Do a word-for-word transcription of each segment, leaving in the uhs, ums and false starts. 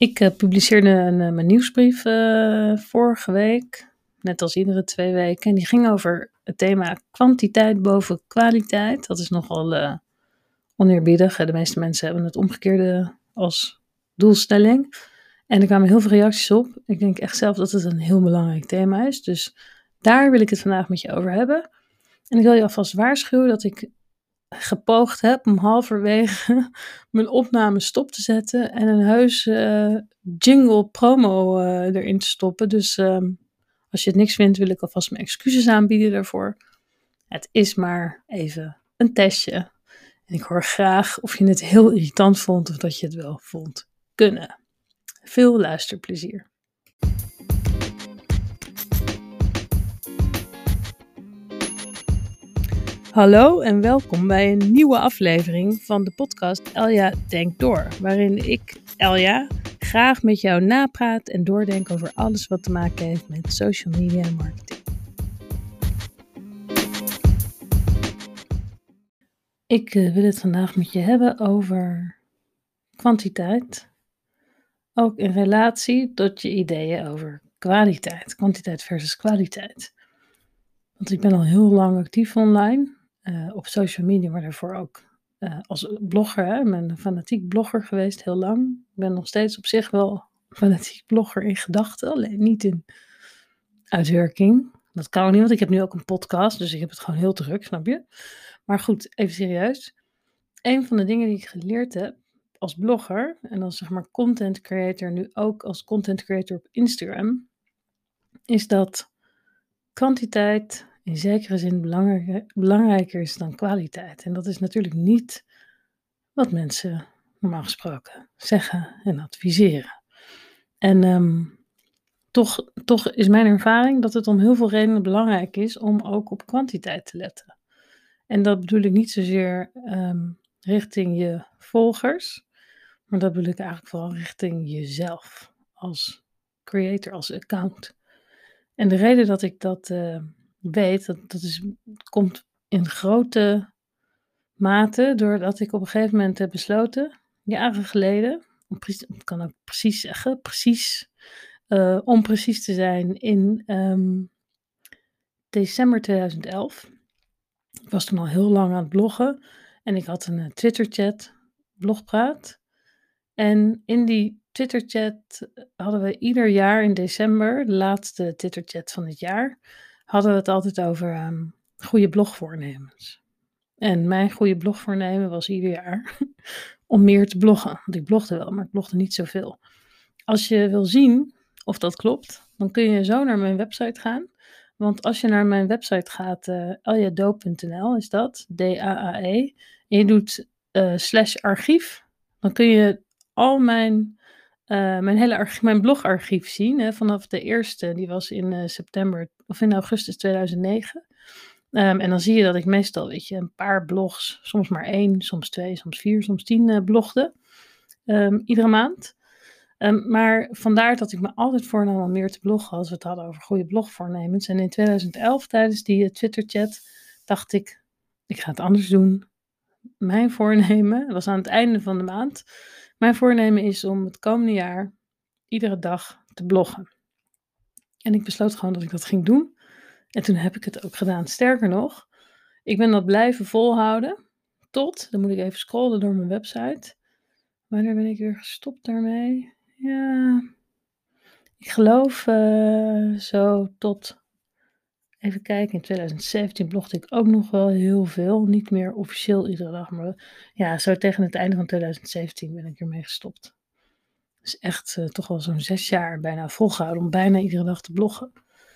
Ik uh, publiceerde een, uh, mijn nieuwsbrief uh, vorige week, net als iedere twee weken. En die ging over het thema kwantiteit boven kwaliteit. Dat is nogal uh, oneerbiedig. De meeste mensen hebben het omgekeerde als doelstelling. En er kwamen heel veel reacties op. Ik denk echt zelf dat het een heel belangrijk thema is. Dus daar wil ik het vandaag met je over hebben. En ik wil je alvast waarschuwen dat ik gepoogd heb om halverwege mijn opname stop te zetten en een heus uh, jingle promo uh, erin te stoppen. Dus um, als je het niks vindt, wil ik alvast mijn excuses aanbieden daarvoor. Het is maar even een testje. En ik hoor graag of je het heel irritant vond of dat je het wel vond kunnen. Veel luisterplezier. Hallo en welkom bij een nieuwe aflevering van de podcast Elja Denkt Door, waarin ik, Elja, graag met jou napraat en doordenk over alles wat te maken heeft met social media en marketing. Ik uh, wil het vandaag met je hebben over kwantiteit, ook in relatie tot je ideeën over kwaliteit, kwantiteit versus kwaliteit. Want ik ben al heel lang actief online. Uh, op social media, maar daarvoor ook uh, als blogger. Hè? Ik ben een fanatiek blogger geweest, heel lang. Ik ben nog steeds op zich wel een fanatiek blogger in gedachten, alleen niet in uitwerking. Dat kan ook niet, want ik heb nu ook een podcast, dus ik heb het gewoon heel druk, snap je? Maar goed, even serieus. Een van de dingen die ik geleerd heb als blogger en als zeg maar content creator, nu ook als content creator op Instagram, is dat kwantiteit in zekere zin belangrijk, belangrijker is dan kwaliteit. En dat is natuurlijk niet wat mensen normaal gesproken zeggen en adviseren. En um, toch, toch is mijn ervaring dat het om heel veel redenen belangrijk is om ook op kwantiteit te letten. En dat bedoel ik niet zozeer um, richting je volgers, maar dat bedoel ik eigenlijk vooral richting jezelf als creator, als account. En de reden dat ik dat uh, weet, dat, dat is, komt in grote mate doordat ik op een gegeven moment heb besloten, jaren geleden, om precies, ik kan ook precies zeggen, precies, uh, om precies te zijn, in um, december tweeduizend elf. Ik was toen al heel lang aan het bloggen en ik had een uh, Twitter-chat, Blogpraat. En in die Twitter-chat hadden we ieder jaar in december, de laatste Twitter-chat van het jaar, hadden we het altijd over um, goede blogvoornemens. En mijn goede blogvoornemen was ieder jaar om meer te bloggen. Want ik blogde wel, maar ik blogde niet zoveel. Als je wil zien of dat klopt, dan kun je zo naar mijn website gaan. Want als je naar mijn website gaat, uh, eljadoop punt n l is dat, D A A E, en je doet uh, slash archief, dan kun je al mijn, uh, mijn hele archief, mijn blogarchief zien. Hè, vanaf de eerste, die was in uh, september of in augustus tweeduizend negen. Um, en dan zie je dat ik meestal, weet je, een paar blogs, soms maar één, soms twee, soms vier, soms tien uh, blogde. Um, iedere maand. Um, maar vandaar dat ik me altijd voornam om meer te bloggen als we het hadden over goede blogvoornemens. En in tweeduizend elf, tijdens die uh, Twitter-chat, dacht ik, ik ga het anders doen. Mijn voornemen, dat was aan het einde van de maand, mijn voornemen is om het komende jaar iedere dag te bloggen. En ik besloot gewoon dat ik dat ging doen. En toen heb ik het ook gedaan. Sterker nog, ik ben dat blijven volhouden tot, dan moet ik even scrollen door mijn website. Wanneer ben ik weer gestopt daarmee? Ja, ik geloof uh, zo tot, even kijken, in tweeduizend zeventien blogde ik ook nog wel heel veel. Niet meer officieel iedere dag, maar ja, zo tegen het einde van tweeduizend zeventien ben ik ermee gestopt. Dus echt uh, toch wel zo'n zes jaar bijna volgehouden om bijna iedere dag te bloggen.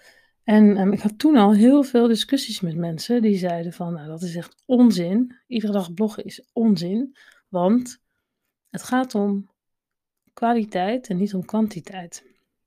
En um, ik had toen al heel veel discussies met mensen die zeiden van, nou dat is echt onzin. Iedere dag bloggen is onzin, want het gaat om kwaliteit en niet om kwantiteit.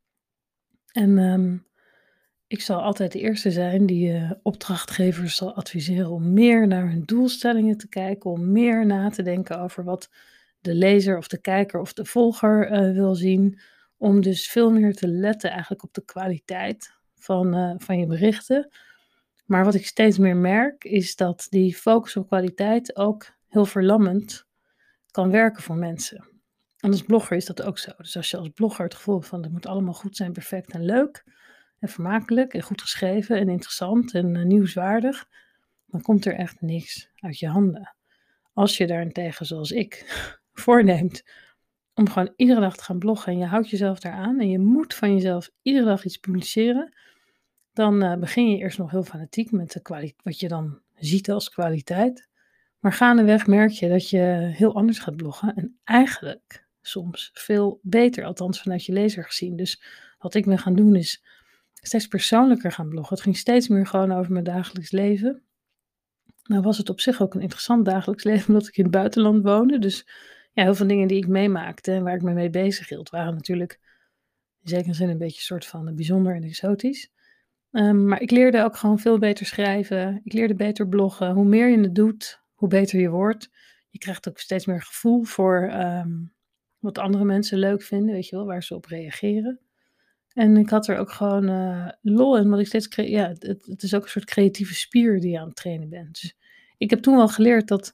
En um, ik zal altijd de eerste zijn die uh, opdrachtgevers zal adviseren om meer naar hun doelstellingen te kijken, om meer na te denken over wat de lezer of de kijker of de volger uh, wil zien, om dus veel meer te letten eigenlijk op de kwaliteit van, uh, van je berichten. Maar wat ik steeds meer merk is dat die focus op kwaliteit ook heel verlammend kan werken voor mensen. En als blogger is dat ook zo. Dus als je als blogger het gevoel hebt van het moet allemaal goed zijn, perfect en leuk en vermakelijk en goed geschreven en interessant en uh, nieuwswaardig, dan komt er echt niks uit je handen. Als je daarentegen, zoals ik, voorneemt om gewoon iedere dag te gaan bloggen en je houdt jezelf daaraan en je moet van jezelf iedere dag iets publiceren, dan uh, begin je eerst nog heel fanatiek met de kwali- wat je dan ziet als kwaliteit. Maar gaandeweg merk je dat je heel anders gaat bloggen en eigenlijk soms veel beter, althans vanuit je lezer gezien. Dus wat ik ben gaan doen is steeds persoonlijker gaan bloggen. Het ging steeds meer gewoon over mijn dagelijks leven. Nou was het op zich ook een interessant dagelijks leven omdat ik in het buitenland woonde. Dus ja, heel veel dingen die ik meemaakte en waar ik me mee bezig hield waren natuurlijk in zekere zin een beetje soort van bijzonder en exotisch. Um, maar ik leerde ook gewoon veel beter schrijven. Ik leerde beter bloggen. Hoe meer je het doet, hoe beter je wordt. Je krijgt ook steeds meer gevoel voor um, wat andere mensen leuk vinden, weet je wel, waar ze op reageren. En ik had er ook gewoon uh, lol in, want ik steeds cre- ja, het, het is ook een soort creatieve spier die je aan het trainen bent. Dus ik heb toen wel geleerd dat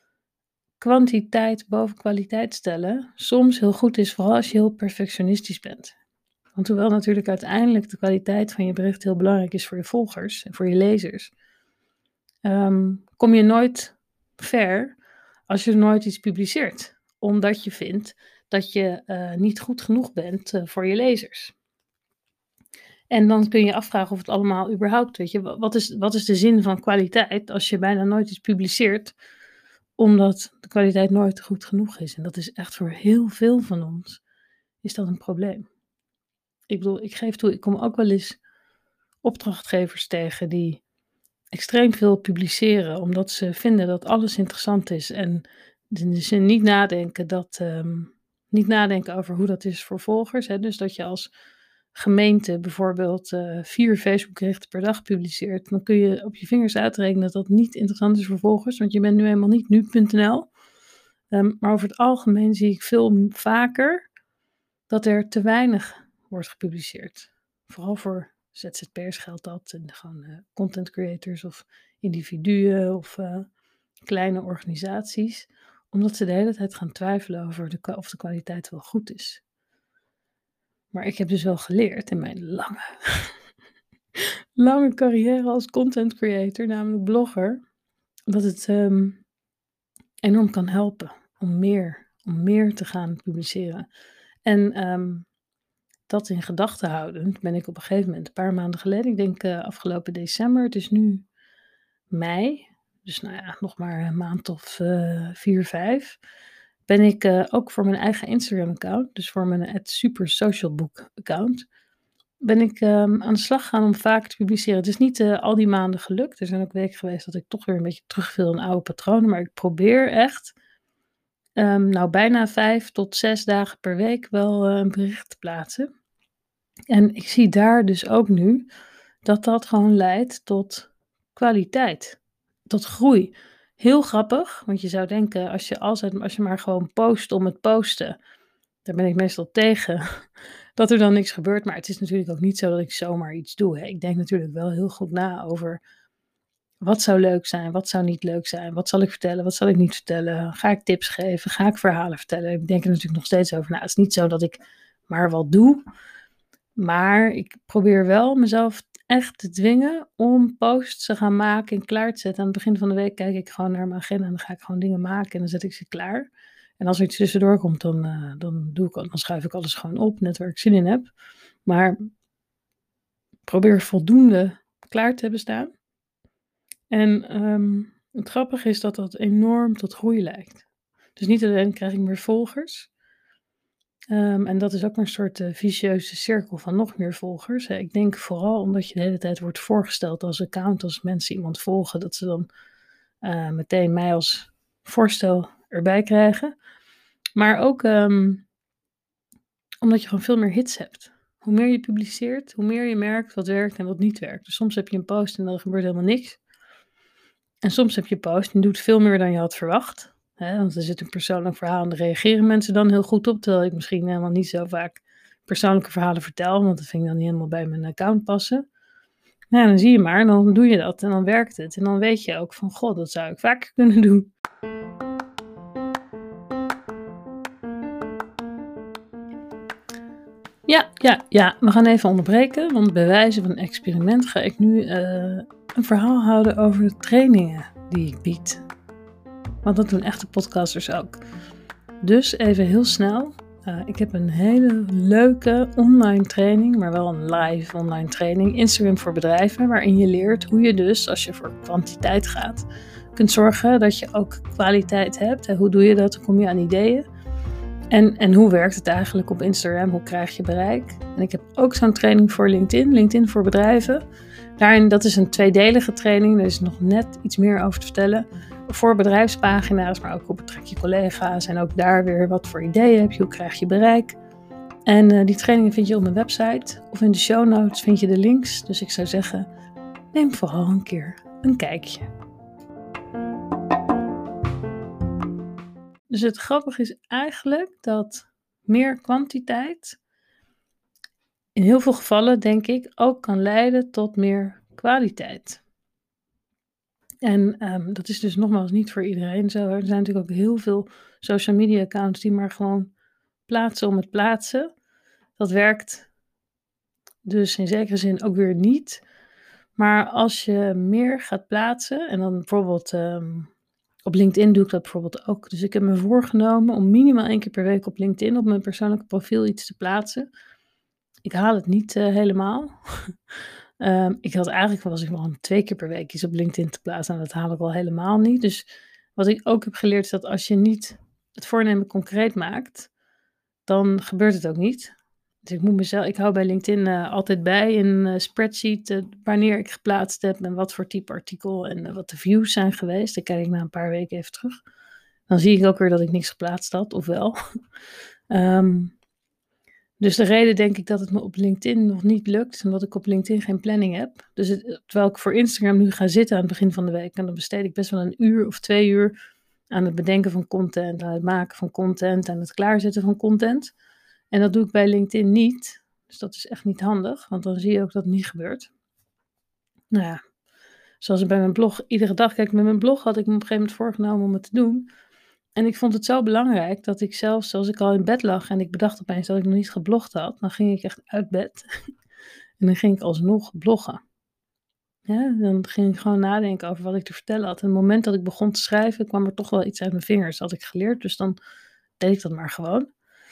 kwantiteit boven kwaliteit stellen soms heel goed is, vooral als je heel perfectionistisch bent. Want hoewel natuurlijk uiteindelijk de kwaliteit van je bericht heel belangrijk is voor je volgers en voor je lezers, um, kom je nooit ver als je nooit iets publiceert. Omdat je vindt dat je uh, niet goed genoeg bent uh, voor je lezers. En dan kun je je afvragen of het allemaal überhaupt, weet je, wat is, wat is de zin van kwaliteit als je bijna nooit iets publiceert, omdat de kwaliteit nooit goed genoeg is. En dat is echt voor heel veel van ons, is dat een probleem. Ik bedoel, ik geef toe, ik kom ook wel eens opdrachtgevers tegen die extreem veel publiceren, omdat ze vinden dat alles interessant is en ze niet nadenken, dat, um, niet nadenken over hoe dat is voor volgers. Hè? Dus dat je als gemeente bijvoorbeeld uh, vier Facebook-berichten per dag publiceert, dan kun je op je vingers uitrekenen dat dat niet interessant is voor volgers, want je bent nu helemaal niet nu punt n l. Um, maar over het algemeen zie ik veel vaker dat er te weinig wordt gepubliceerd. Vooral voor Z Z P'ers geldt dat. En gewoon uh, content creators of individuen of uh, kleine organisaties. Omdat ze de hele tijd gaan twijfelen over de, of de kwaliteit wel goed is. Maar ik heb dus wel geleerd in mijn lange, lange carrière als content creator, namelijk blogger, dat het um, enorm kan helpen om meer, om meer te gaan publiceren. En um, dat in gedachten houdend ben ik op een gegeven moment, een paar maanden geleden, ik denk uh, afgelopen december, het is nu mei, dus nou ja, nog maar een maand of uh, vier, vijf, ben ik uh, ook voor mijn eigen Instagram-account, dus voor mijn at super social book account, ben ik um, aan de slag gegaan om vaker te publiceren. Het is niet uh, al die maanden gelukt. Er zijn ook weken geweest dat ik toch weer een beetje terugviel in oude patronen, maar ik probeer echt um, nou bijna vijf tot zes dagen per week wel uh, een bericht te plaatsen. En ik zie daar dus ook nu dat dat gewoon leidt tot kwaliteit, tot groei. Heel grappig, want je zou denken als je, altijd, als je maar gewoon post om het posten, daar ben ik meestal tegen, dat er dan niks gebeurt. Maar het is natuurlijk ook niet zo dat ik zomaar iets doe. Hè. Ik denk natuurlijk wel heel goed na over wat zou leuk zijn, wat zou niet leuk zijn, wat zal ik vertellen, wat zal ik niet vertellen, ga ik tips geven, ga ik verhalen vertellen. Ik denk er natuurlijk nog steeds over na. Het is niet zo dat ik maar wat doe. Maar ik probeer wel mezelf echt te dwingen om posts te gaan maken en klaar te zetten. Aan het begin van de week kijk ik gewoon naar mijn agenda en dan ga ik gewoon dingen maken en dan zet ik ze klaar. En als er iets tussendoor komt, dan, uh, dan, doe ik, dan schuif ik alles gewoon op, net waar ik zin in heb. Maar probeer voldoende klaar te hebben staan. En um, het grappige is dat dat enorm tot groei lijkt. Dus niet alleen krijg ik meer volgers. Um, en dat is ook een soort uh, vicieuze cirkel van nog meer volgers. Hè. Ik denk vooral omdat je de hele tijd wordt voorgesteld als account, als mensen iemand volgen, dat ze dan uh, meteen mij als voorstel erbij krijgen. Maar ook um, omdat je gewoon veel meer hits hebt. Hoe meer je publiceert, hoe meer je merkt wat werkt en wat niet werkt. Dus soms heb je een post en dan gebeurt helemaal niks. En soms heb je een post en doet veel meer dan je had verwacht. Hè, want er zit een persoonlijk verhaal en daar reageren mensen dan heel goed op. Terwijl ik misschien helemaal niet zo vaak persoonlijke verhalen vertel. Want dat vind ik dan niet helemaal bij mijn account passen. Nou, dan zie je maar, dan doe je dat en dan werkt het. En dan weet je ook van, god, dat zou ik vaker kunnen doen. Ja, ja, ja, we gaan even onderbreken, want bij wijze van experiment ga ik nu uh, een verhaal houden over de trainingen die ik bied. Want dat doen echte podcasters ook. Dus even heel snel. Uh, ik heb een hele leuke online training, maar wel een live online training, Instagram voor bedrijven, waarin je leert hoe je dus, als je voor kwantiteit gaat, kunt zorgen dat je ook kwaliteit hebt. En hoe doe je dat? Hoe kom je aan ideeën? En, en hoe werkt het eigenlijk op Instagram? Hoe krijg je bereik? En ik heb ook zo'n training voor LinkedIn, LinkedIn voor bedrijven. Daarin, dat is een tweedelige training, er is nog net iets meer over te vertellen. Voor bedrijfspagina's, maar ook hoe betrek je collega's. En ook daar weer wat voor ideeën heb je, hoe krijg je bereik. En uh, die trainingen vind je op mijn website of in de show notes vind je de links. Dus ik zou zeggen, neem vooral een keer een kijkje. Dus het grappige is eigenlijk dat meer kwantiteit in heel veel gevallen, denk ik, ook kan leiden tot meer kwaliteit. En um, dat is dus nogmaals niet voor iedereen zo. Er zijn natuurlijk ook heel veel social media accounts die maar gewoon plaatsen om het plaatsen. Dat werkt dus in zekere zin ook weer niet. Maar als je meer gaat plaatsen, en dan bijvoorbeeld um, op LinkedIn doe ik dat bijvoorbeeld ook. Dus ik heb me voorgenomen om minimaal één keer per week op LinkedIn op mijn persoonlijke profiel iets te plaatsen. Ik haal het niet uh, helemaal. um, ik had eigenlijk was ik wel twee keer per week iets op LinkedIn te plaatsen. En dat haal ik al helemaal niet. Dus wat ik ook heb geleerd is dat als je niet het voornemen concreet maakt, dan gebeurt het ook niet. Dus ik moet mezelf, ik hou bij LinkedIn uh, altijd bij in een uh, spreadsheet uh, wanneer ik geplaatst heb en wat voor type artikel en uh, wat de views zijn geweest. Dan kijk ik na een paar weken even terug. Dan zie ik ook weer dat ik niks geplaatst had, of wel. um, dus de reden denk ik dat het me op LinkedIn nog niet lukt, is omdat ik op LinkedIn geen planning heb. Dus het, terwijl ik voor Instagram nu ga zitten aan het begin van de week, en dan besteed ik best wel een uur of twee uur aan het bedenken van content, aan het maken van content, aan het klaarzetten van content. En dat doe ik bij LinkedIn niet. Dus dat is echt niet handig, want dan zie je ook dat het niet gebeurt. Nou ja, zoals bij mijn blog, iedere dag, kijk, met mijn blog had ik me op een gegeven moment voorgenomen om het te doen. En ik vond het zo belangrijk dat ik zelfs, als ik al in bed lag en ik bedacht opeens dat ik nog niet geblogd had, dan ging ik echt uit bed en dan ging ik alsnog bloggen. Ja, dan ging ik gewoon nadenken over wat ik te vertellen had. En op het moment dat ik begon te schrijven, kwam er toch wel iets uit mijn vingers. Dat had ik geleerd, dus dan deed ik dat maar gewoon.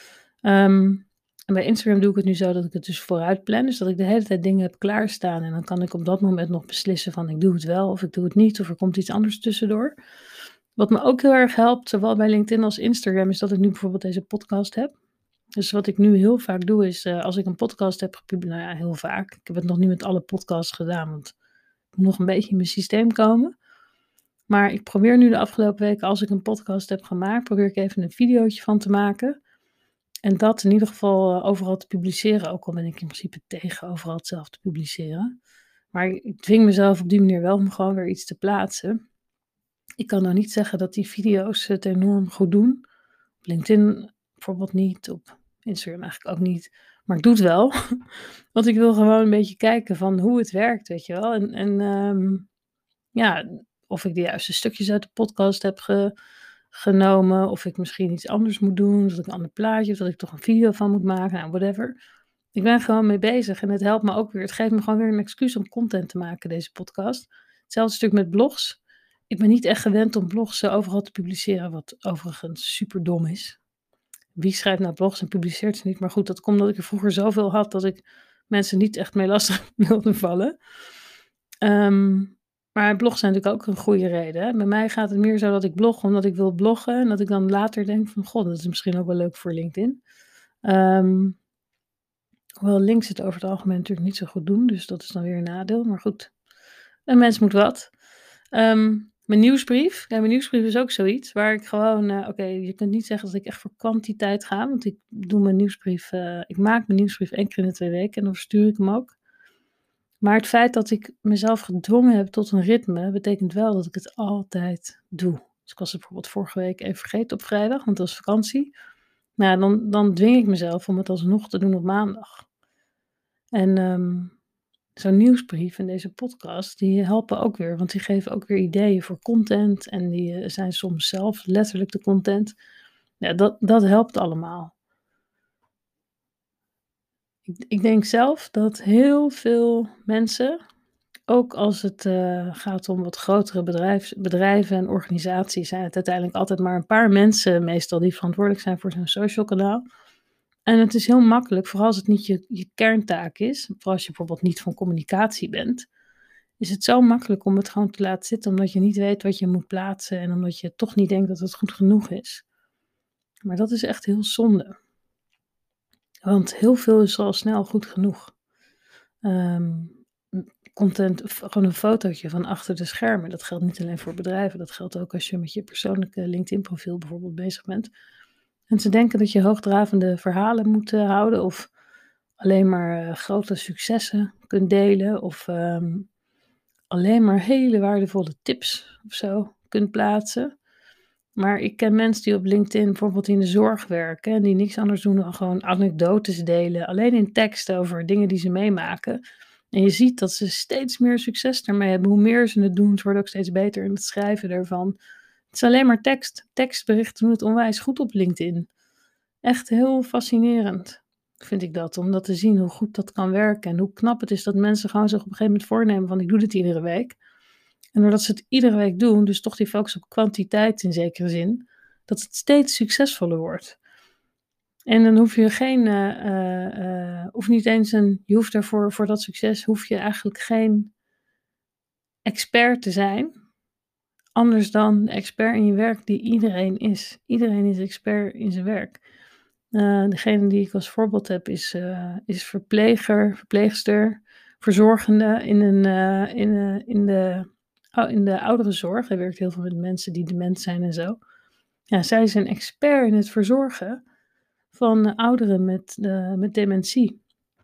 Um, en bij Instagram doe ik het nu zo dat ik het dus vooruit plan. Dus dat ik de hele tijd dingen heb klaarstaan. En dan kan ik op dat moment nog beslissen van ik doe het wel of ik doe het niet. Of er komt iets anders tussendoor. Wat me ook heel erg helpt, zowel bij LinkedIn als Instagram, is dat ik nu bijvoorbeeld deze podcast heb. Dus wat ik nu heel vaak doe is, uh, als ik een podcast heb gepubliceerd, nou ja, heel vaak. Ik heb het nog niet met alle podcasts gedaan, want ik moet nog een beetje in mijn systeem komen. Maar ik probeer nu de afgelopen weken, als ik een podcast heb gemaakt, probeer ik even een videootje van te maken. En dat in ieder geval uh, overal te publiceren, ook al ben ik in principe tegen overal het zelf te publiceren. Maar ik dwing mezelf op die manier wel om gewoon weer iets te plaatsen. Ik kan nou niet zeggen dat die video's het enorm goed doen. Op LinkedIn bijvoorbeeld niet, op Instagram eigenlijk ook niet. Maar ik doe het wel, want ik wil gewoon een beetje kijken van hoe het werkt, weet je wel. En, en um, ja, of ik de juiste stukjes uit de podcast heb ge, genomen, of ik misschien iets anders moet doen, dat ik een ander plaatje, of dat ik toch een video van moet maken, nou, whatever. Ik ben gewoon mee bezig en het helpt me ook weer. Het geeft me gewoon weer een excuus om content te maken, deze podcast. Hetzelfde stuk met blogs. Ik ben niet echt gewend om blogs overal te publiceren, wat overigens super dom is. Wie schrijft nou blogs en publiceert ze niet? Maar goed, dat komt omdat ik er vroeger zoveel had dat ik mensen niet echt mee lastig wilde vallen. Um, maar blogs zijn natuurlijk ook een goede reden. Hè? Bij mij gaat het meer zo dat ik blog omdat ik wil bloggen en dat ik dan later denk van, god, dat is misschien ook wel leuk voor LinkedIn. Um, hoewel links het over het algemeen natuurlijk niet zo goed doen, dus dat is dan weer een nadeel. Maar goed, een mens moet wat. Um, mijn nieuwsbrief. Ja, mijn nieuwsbrief is ook zoiets waar ik gewoon, uh, oké, okay, je kunt niet zeggen dat ik echt voor kwantiteit ga, want ik doe mijn nieuwsbrief, uh, ik maak mijn nieuwsbrief één keer in de twee weken en dan verstuur ik hem ook. Maar het feit dat ik mezelf gedwongen heb tot een ritme, betekent wel dat ik het altijd doe. Dus ik was het bijvoorbeeld vorige week even vergeten op vrijdag, want dat was vakantie. Nou, dan, dan dwing ik mezelf om het alsnog te doen op maandag. En um, zo'n nieuwsbrief en deze podcast, die helpen ook weer, want die geven ook weer ideeën voor content. En die uh, zijn soms zelf letterlijk de content. Ja, dat, dat helpt allemaal. Ik ik denk zelf dat heel veel mensen, ook als het, eh, gaat om wat grotere bedrijfs bedrijven en organisaties, zijn het uiteindelijk altijd maar een paar mensen meestal die verantwoordelijk zijn voor zo'n social kanaal. En het is heel makkelijk, vooral als het niet je je kerntaak is, vooral als je bijvoorbeeld niet van communicatie bent, is het zo makkelijk om het gewoon te laten zitten, omdat je niet weet wat je moet plaatsen en omdat je toch niet denkt dat het goed genoeg is. Maar dat is echt heel zonde, want heel veel is al snel goed genoeg. Ehm, Content, f gewoon een fotootje van achter de schermen. Dat geldt niet alleen voor bedrijven, dat geldt ook als je met je persoonlijke LinkedIn-profiel bijvoorbeeld bezig bent. En ze denken dat je hoogdravende verhalen moet, eh, houden of alleen maar, eh, grote successen kunt delen of, ehm, alleen maar hele waardevolle tips of zo kunt plaatsen. Maar ik ken mensen die op LinkedIn bijvoorbeeld in de zorg werken en die niks anders doen dan gewoon anekdotes delen, alleen in tekst over dingen die ze meemaken. En je ziet dat ze steeds meer succes daarmee hebben. Hoe meer ze het doen, ze worden ook steeds beter in het schrijven ervan. Het is alleen maar tekst. Tekstberichten doen het onwijs goed op LinkedIn. Echt heel fascinerend vind ik dat, om dat te zien hoe goed dat kan werken en hoe knap het is dat mensen gewoon zich op een gegeven moment voornemen van ik doe dit iedere week. En doordat ze het iedere week doen, dus toch die focus op kwantiteit in zekere zin, dat het steeds succesvoller wordt. En dan hoef je geen, eh, eh, eh, hoeft niet eens een, je hoeft daarvoor, voor dat succes, hoef je eigenlijk geen expert te zijn, anders dan de expert in je werk die iedereen is. Iedereen is expert in zijn werk. Uh, degene die ik als voorbeeld heb is, uh, is verpleger, verpleegster, verzorgende in, een, uh, in, uh, in, de, oh, in de ouderenzorg. Hij werkt heel veel met mensen die dement zijn en zo. Ja, zij is een expert in het verzorgen van uh, ouderen met, uh, met dementie.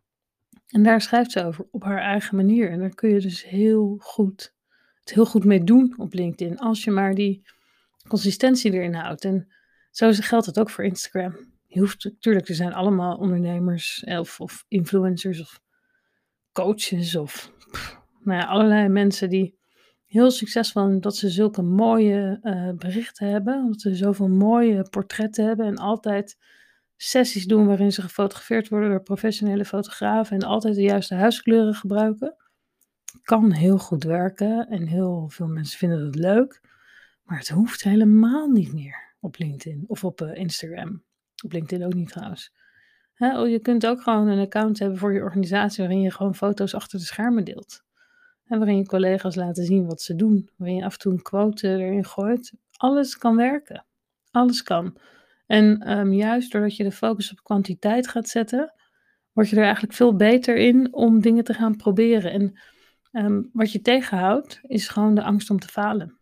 En daar schrijft ze over op haar eigen manier. En daar kun je dus heel goed, het heel goed mee doen op LinkedIn, als je maar die consistentie erin houdt. En zo geldt het ook voor Instagram. Je hoeft natuurlijk, er zijn allemaal ondernemers of, of influencers of coaches of pff, nou ja, allerlei mensen die heel succesvol zijn, dat ze zulke mooie uh, berichten hebben, dat ze zoveel mooie portretten hebben en altijd sessies doen waarin ze gefotografeerd worden door professionele fotografen en altijd de juiste huiskleuren gebruiken. Kan heel goed werken en heel veel mensen vinden het leuk, maar het hoeft helemaal niet meer op LinkedIn of op uh, Instagram. Op LinkedIn ook niet trouwens. Hè, je kunt ook gewoon een account hebben voor je organisatie waarin je gewoon foto's achter de schermen deelt. En waarin je collega's laten zien wat ze doen. Waarin je af en toe een quote erin gooit. Alles kan werken. Alles kan. En um, juist doordat je de focus op kwantiteit gaat zetten, word je er eigenlijk veel beter in om dingen te gaan proberen. En um, wat je tegenhoudt, is gewoon de angst om te falen.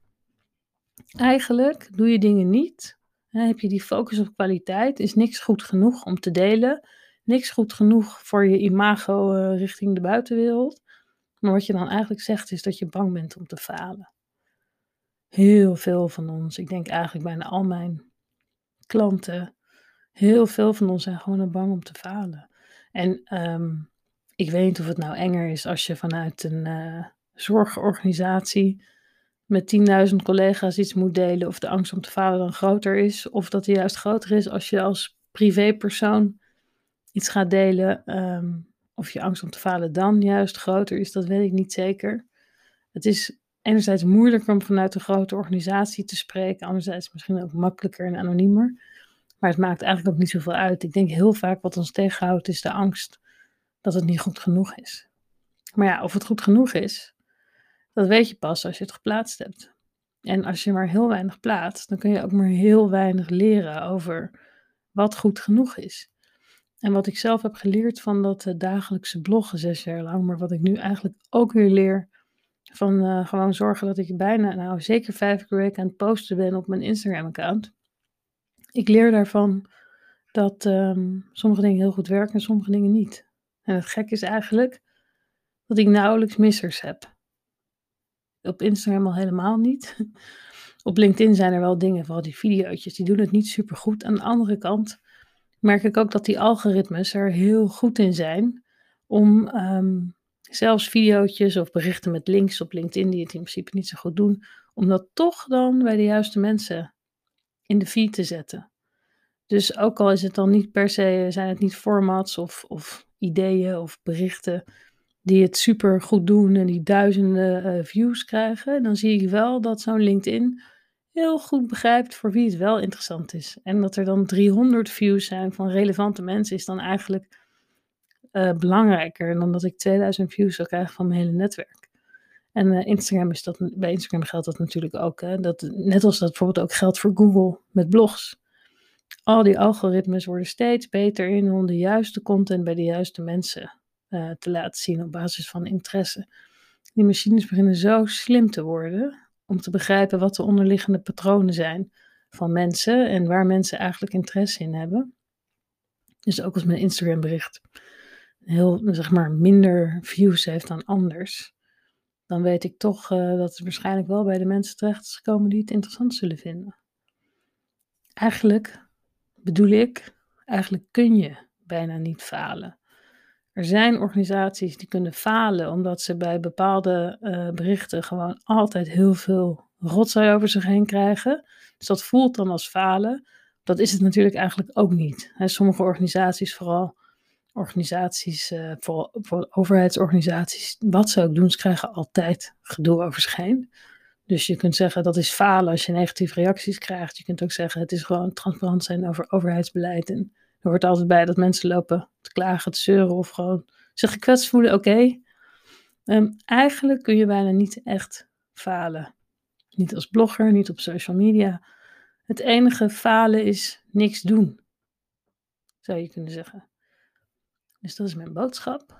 Eigenlijk doe je dingen niet. Hè, heb je die focus op kwaliteit, is niks goed genoeg om te delen. Niks goed genoeg voor je imago uh, richting de buitenwereld. Maar wat je dan eigenlijk zegt, is dat je bang bent om te falen. Heel veel van ons, ik denk eigenlijk bijna al mijn klanten, heel veel van ons zijn gewoon bang om te falen. En um, ik weet niet of het nou enger is als je vanuit een uh, zorgorganisatie met tienduizend collega's iets moet delen, of de angst om te falen dan groter is, of dat die juist groter is als je als privépersoon iets gaat delen, um, of je angst om te falen dan juist groter is, dat weet ik niet zeker. Het is enerzijds moeilijker om vanuit een grote organisatie te spreken, anderzijds misschien ook makkelijker en anoniemer. Maar het maakt eigenlijk ook niet zoveel uit. Ik denk heel vaak wat ons tegenhoudt is de angst dat het niet goed genoeg is. Maar ja, of het goed genoeg is, dat weet je pas als je het geplaatst hebt. En als je maar heel weinig plaatst, dan kun je ook maar heel weinig leren over wat goed genoeg is. En wat ik zelf heb geleerd van dat uh, dagelijkse bloggen zes jaar lang, maar wat ik nu eigenlijk ook weer leer van uh, gewoon zorgen dat ik bijna, nou zeker vijf keer per week aan het posten ben op mijn Instagram-account. Ik leer daarvan dat um, sommige dingen heel goed werken en sommige dingen niet. En het gek is eigenlijk dat ik nauwelijks missers heb. Op Instagram al helemaal niet. Op LinkedIn zijn er wel dingen, vooral die video's, die doen het niet super goed. Aan de andere kant merk ik ook dat die algoritmes er heel goed in zijn om um, zelfs video's of berichten met links op LinkedIn, die het in principe niet zo goed doen, om dat toch dan bij de juiste mensen in de feed te zetten. Dus ook al is het dan niet per se, zijn het niet formats of, of ideeën of berichten die het super goed doen en die duizenden uh, views krijgen, dan zie ik wel dat zo'n LinkedIn heel goed begrijpt voor wie het wel interessant is. En dat er dan driehonderd views zijn van relevante mensen is dan eigenlijk uh, belangrijker dan dat ik tweeduizend views zou krijgen van mijn hele netwerk. En uh, Instagram is dat, bij Instagram geldt dat natuurlijk ook. Hè? Dat, net als dat bijvoorbeeld ook geldt voor Google met blogs. Al die algoritmes worden steeds beter in om de juiste content bij de juiste mensen uh, te laten zien op basis van interesse. Die machines beginnen zo slim te worden om te begrijpen wat de onderliggende patronen zijn van mensen en waar mensen eigenlijk interesse in hebben. Dus ook als mijn Instagram bericht heel, zeg maar, minder views heeft dan anders, dan weet ik toch uh, dat het waarschijnlijk wel bij de mensen terecht is gekomen die het interessant zullen vinden. Eigenlijk bedoel ik, eigenlijk kun je bijna niet falen. Er zijn organisaties die kunnen falen omdat ze bij bepaalde uh, berichten gewoon altijd heel veel rotzooi over zich heen krijgen. Dus dat voelt dan als falen. Dat is het natuurlijk eigenlijk ook niet. He, sommige organisaties, vooral organisaties, uh, vooral, vooral overheidsorganisaties, wat ze ook doen, ze krijgen altijd gedoe over zich heen. Dus je kunt zeggen dat is falen als je negatieve reacties krijgt. Je kunt ook zeggen het is gewoon transparant zijn over overheidsbeleid. En er hoort altijd bij dat mensen lopen te klagen, te zeuren of gewoon zich gekwetst voelen. Oké, okay. um, eigenlijk kun je bijna niet echt falen. Niet als blogger, niet op social media. Het enige falen is niks doen, zou je kunnen zeggen. Dus dat is mijn boodschap.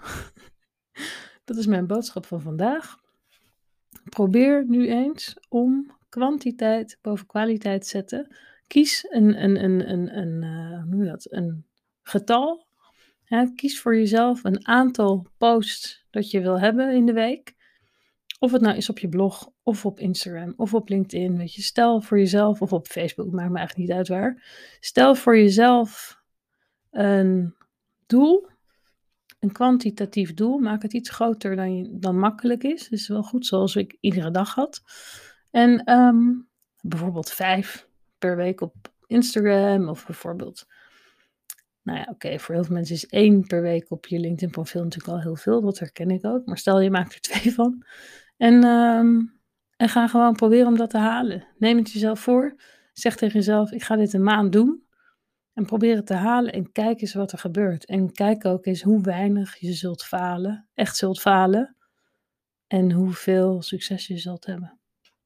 Dat is mijn boodschap van vandaag. Probeer nu eens om kwantiteit boven kwaliteit te zetten. Kies een, een, een, een, een, uh, hoe noem je dat? Een getal. Ja, kies voor jezelf een aantal posts dat je wil hebben in de week. Of het nou is op je blog, of op Instagram, of op LinkedIn. Weet je, stel voor jezelf, of op Facebook, maakt me eigenlijk niet uit waar. Stel voor jezelf een doel. Een kwantitatief doel, maak het iets groter dan, je, dan makkelijk is. Dat is wel goed, zoals ik iedere dag had. En um, bijvoorbeeld vijf per week op Instagram. Of bijvoorbeeld, nou ja, oké, okay, voor heel veel mensen is één per week op je LinkedIn profiel natuurlijk al heel veel. Dat herken ik ook. Maar stel je maakt er twee van. En, um, en ga gewoon proberen om dat te halen. Neem het jezelf voor. Zeg tegen jezelf, ik ga dit een maand doen. En probeer het te halen en kijk eens wat er gebeurt. En kijk ook eens hoe weinig je zult falen, echt zult falen. En hoeveel succes je zult hebben.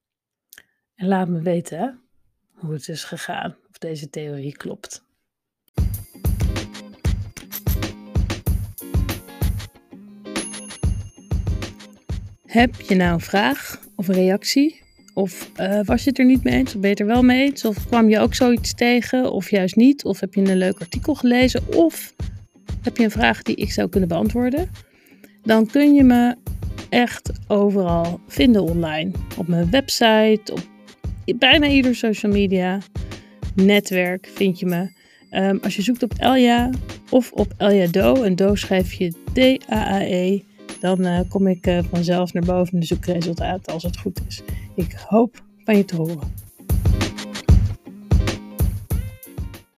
En laat me weten hè, hoe het is gegaan, of deze theorie klopt. Heb je nou een vraag of een reactie? Of uh, was je het er niet mee eens? Of ben je het er wel mee eens? Of kwam je ook zoiets tegen? Of juist niet? Of heb je een leuk artikel gelezen? Of heb je een vraag die ik zou kunnen beantwoorden? Dan kun je me echt overal vinden online. Op mijn website, op bijna ieder social media netwerk vind je me. Um, als je zoekt op Elja of op Elja Do, en Do schrijf je D A A E, dan uh, kom ik uh, vanzelf naar boven in de zoekresultaten als het goed is. Ik hoop van je te horen.